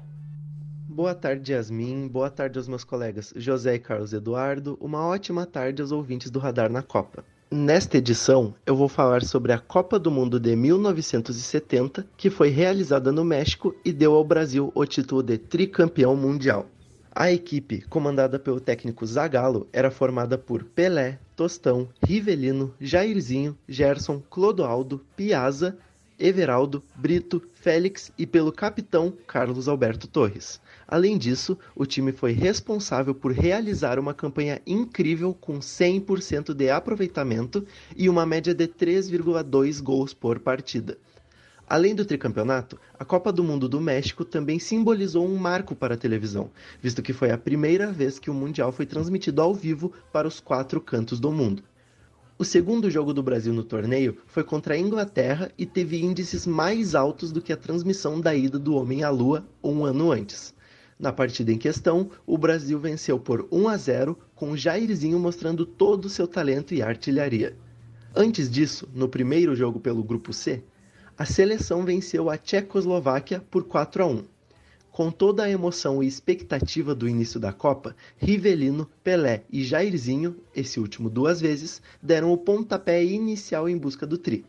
Boa tarde, Yasmin. Boa tarde aos meus colegas José e Carlos Eduardo. Uma ótima tarde aos ouvintes do Radar na Copa. Nesta edição, eu vou falar sobre a Copa do Mundo de mil novecentos e setenta, que foi realizada no México e deu ao Brasil o título de tricampeão mundial. A equipe, comandada pelo técnico Zagallo, era formada por Pelé, Tostão, Rivelino, Jairzinho, Gerson, Clodoaldo, Piazza, Everaldo, Brito, Félix e pelo capitão Carlos Alberto Torres. Além disso, o time foi responsável por realizar uma campanha incrível com cem por cento de aproveitamento e uma média de três vírgula dois gols por partida. Além do tricampeonato, a Copa do Mundo do México também simbolizou um marco para a televisão, visto que foi a primeira vez que o Mundial foi transmitido ao vivo para os quatro cantos do mundo. O segundo jogo do Brasil no torneio foi contra a Inglaterra e teve índices mais altos do que a transmissão da ida do homem à Lua um ano antes. Na partida em questão, o Brasil venceu por um a zero, com Jairzinho mostrando todo o seu talento e artilharia. Antes disso, no primeiro jogo pelo Grupo C, a seleção venceu a Tchecoslováquia por quatro a um. Com toda a emoção e expectativa do início da Copa, Rivelino, Pelé e Jairzinho, esse último duas vezes, deram o pontapé inicial em busca do tri.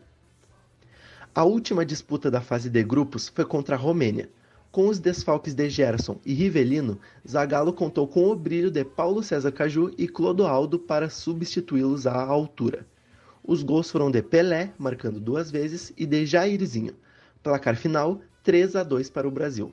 A última disputa da fase de grupos foi contra a Romênia. Com os desfalques de Gerson e Rivelino, Zagallo contou com o brilho de Paulo César Caju e Clodoaldo para substituí-los à altura. Os gols foram de Pelé, marcando duas vezes, e de Jairzinho. Placar final, três a dois para o Brasil.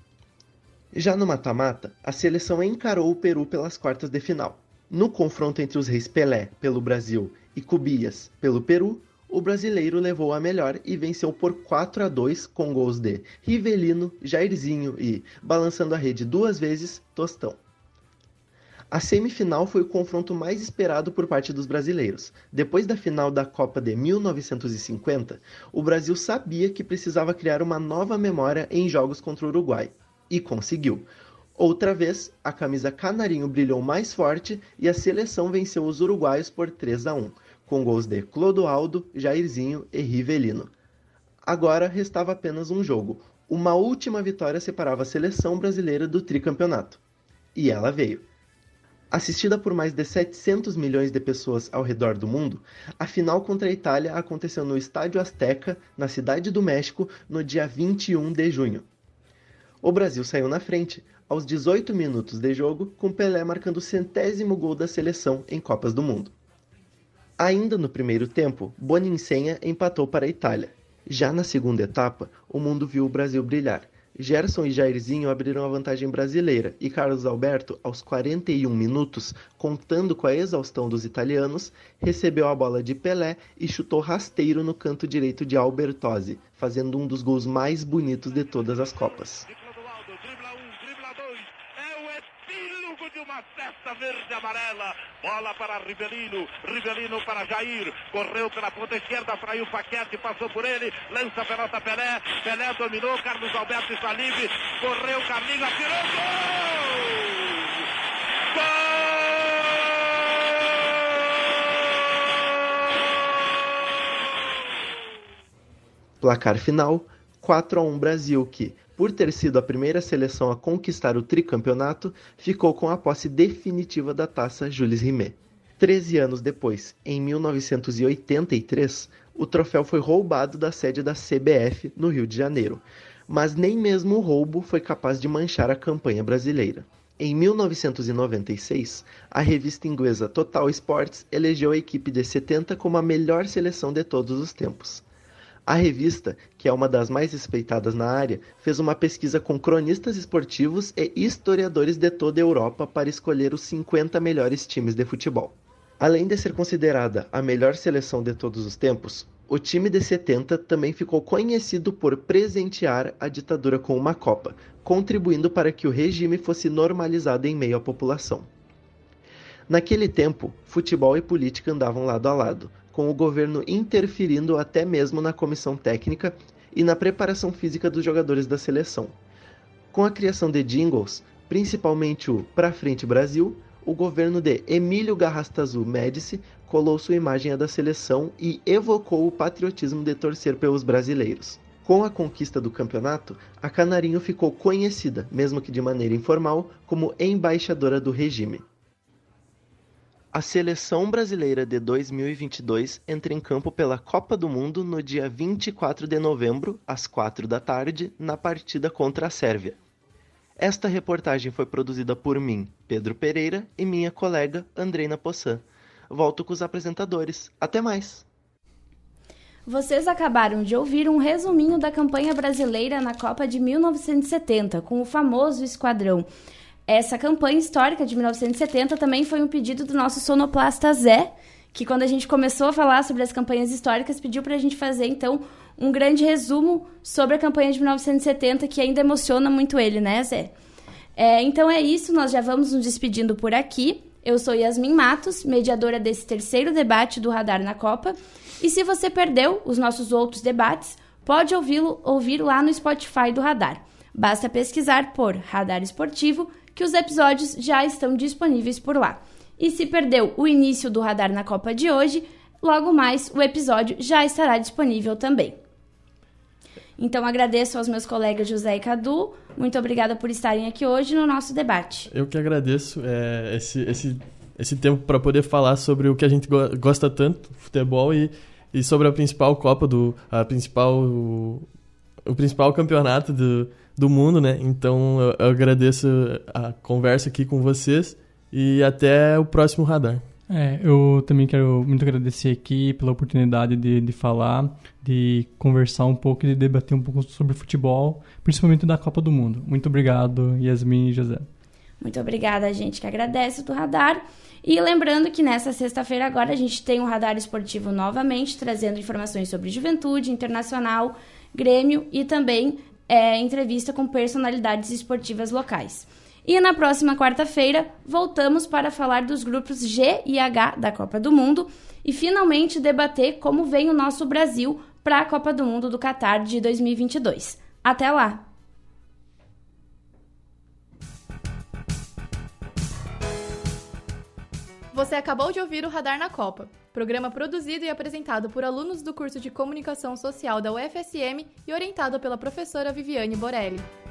Já no mata-mata, a seleção encarou o Peru pelas quartas de final. No confronto entre os reis Pelé, pelo Brasil, e Cubillas, pelo Peru, o brasileiro levou a melhor e venceu por quatro a dois com gols de Rivelino, Jairzinho e, balançando a rede duas vezes, Tostão. A semifinal foi o confronto mais esperado por parte dos brasileiros. Depois da final da Copa de mil novecentos e cinquenta, o Brasil sabia que precisava criar uma nova memória em jogos contra o Uruguai. E conseguiu. Outra vez, a camisa canarinho brilhou mais forte e a seleção venceu os uruguaios por três a um, com gols de Clodoaldo, Jairzinho e Rivelino. Agora restava apenas um jogo. Uma última vitória separava a seleção brasileira do tricampeonato. E ela veio. Assistida por mais de setecentos milhões de pessoas ao redor do mundo, a final contra a Itália aconteceu no Estádio Azteca, na Cidade do México, no dia vinte e um de junho. O Brasil saiu na frente, aos dezoito minutos de jogo, com Pelé marcando o centésimo gol da seleção em Copas do Mundo. Ainda no primeiro tempo, Boninsenha empatou para a Itália. Já na segunda etapa, o mundo viu o Brasil brilhar. Gerson e Jairzinho abriram a vantagem brasileira e Carlos Alberto, aos quarenta e um minutos, contando com a exaustão dos italianos, recebeu a bola de Pelé e chutou rasteiro no canto direito de Albertozzi, fazendo um dos gols mais bonitos de todas as Copas. De uma festa verde-amarela, bola para Rivelino, Rivelino para Jair, correu pela ponta esquerda, fraiu o Paquete, passou por ele, lança a pelota Pelé, Pelé dominou, Carlos Alberto está livre, correu, Carlinhos, atirou, gol! Gol! Placar final, quatro a um Brasil, que, por ter sido a primeira seleção a conquistar o tricampeonato, ficou com a posse definitiva da taça Jules Rimet. Treze anos depois, em mil novecentos e oitenta e três, o troféu foi roubado da sede da C B F no Rio de Janeiro, mas nem mesmo o roubo foi capaz de manchar a campanha brasileira. Em mil novecentos e noventa e seis, a revista inglesa Total Sports elegeu a equipe de setenta como a melhor seleção de todos os tempos. A revista, que é uma das mais respeitadas na área, fez uma pesquisa com cronistas esportivos e historiadores de toda a Europa para escolher os cinquenta melhores times de futebol. Além de ser considerada a melhor seleção de todos os tempos, o time de setenta também ficou conhecido por presentear a ditadura com uma Copa, contribuindo para que o regime fosse normalizado em meio à população. Naquele tempo, futebol e política andavam lado a lado, com o governo interferindo até mesmo na comissão técnica e na preparação física dos jogadores da seleção. Com a criação de jingles, principalmente o Pra Frente Brasil, o governo de Emílio Garrastazu Médici colou sua imagem à da seleção e evocou o patriotismo de torcer pelos brasileiros. Com a conquista do campeonato, a Canarinho ficou conhecida, mesmo que de maneira informal, como embaixadora do regime. A seleção brasileira de dois mil e vinte e dois entra em campo pela Copa do Mundo no dia vinte e quatro de novembro, às quatro da tarde, na partida contra a Sérvia. Esta reportagem foi produzida por mim, Pedro Pereira, e minha colega Andreina Poçan. Volto com os apresentadores. Até mais! Vocês acabaram de ouvir um resuminho da campanha brasileira na Copa de mil novecentos e setenta, com o famoso Esquadrão. Essa campanha histórica de mil novecentos e setenta também foi um pedido do nosso sonoplasta Zé, que quando a gente começou a falar sobre as campanhas históricas, pediu para a gente fazer, então, um grande resumo sobre a campanha de mil novecentos e setenta, que ainda emociona muito ele, né, Zé? É, então é isso, nós já vamos nos despedindo por aqui. Eu sou Yasmin Matos, mediadora desse terceiro debate do Radar na Copa. E se você perdeu os nossos outros debates, pode ouvi-lo ouvir lá no Spotify do Radar. Basta pesquisar por Radar Esportivo, que os episódios já estão disponíveis por lá. E se perdeu o início do Radar na Copa de hoje, logo mais o episódio já estará disponível também. Então agradeço aos meus colegas José e Cadu, muito obrigada por estarem aqui hoje no nosso debate. Eu que agradeço é, esse, esse, esse tempo para poder falar sobre o que a gente go- gosta tanto, futebol, e, e sobre a principal Copa, do, a principal, o, o principal campeonato do, do mundo, né? Então eu, eu agradeço a conversa aqui com vocês e até o próximo Radar. É, eu também quero muito agradecer aqui pela oportunidade de, de falar, de conversar um pouco e de debater um pouco sobre futebol, principalmente da Copa do Mundo. Muito obrigado, Yasmin e José. Muito obrigada, a gente que agradece do Radar. E lembrando que nessa sexta-feira agora a gente tem um Radar Esportivo novamente, trazendo informações sobre Juventude, Internacional, Grêmio e também é, entrevista com personalidades esportivas locais. E na próxima quarta-feira, voltamos para falar dos grupos G e H da Copa do Mundo e finalmente debater como vem o nosso Brasil para a Copa do Mundo do Catar de dois mil e vinte e dois. Até lá! Você acabou de ouvir o Radar na Copa, programa produzido e apresentado por alunos do curso de Comunicação Social da U F S M e orientado pela professora Viviane Borelli.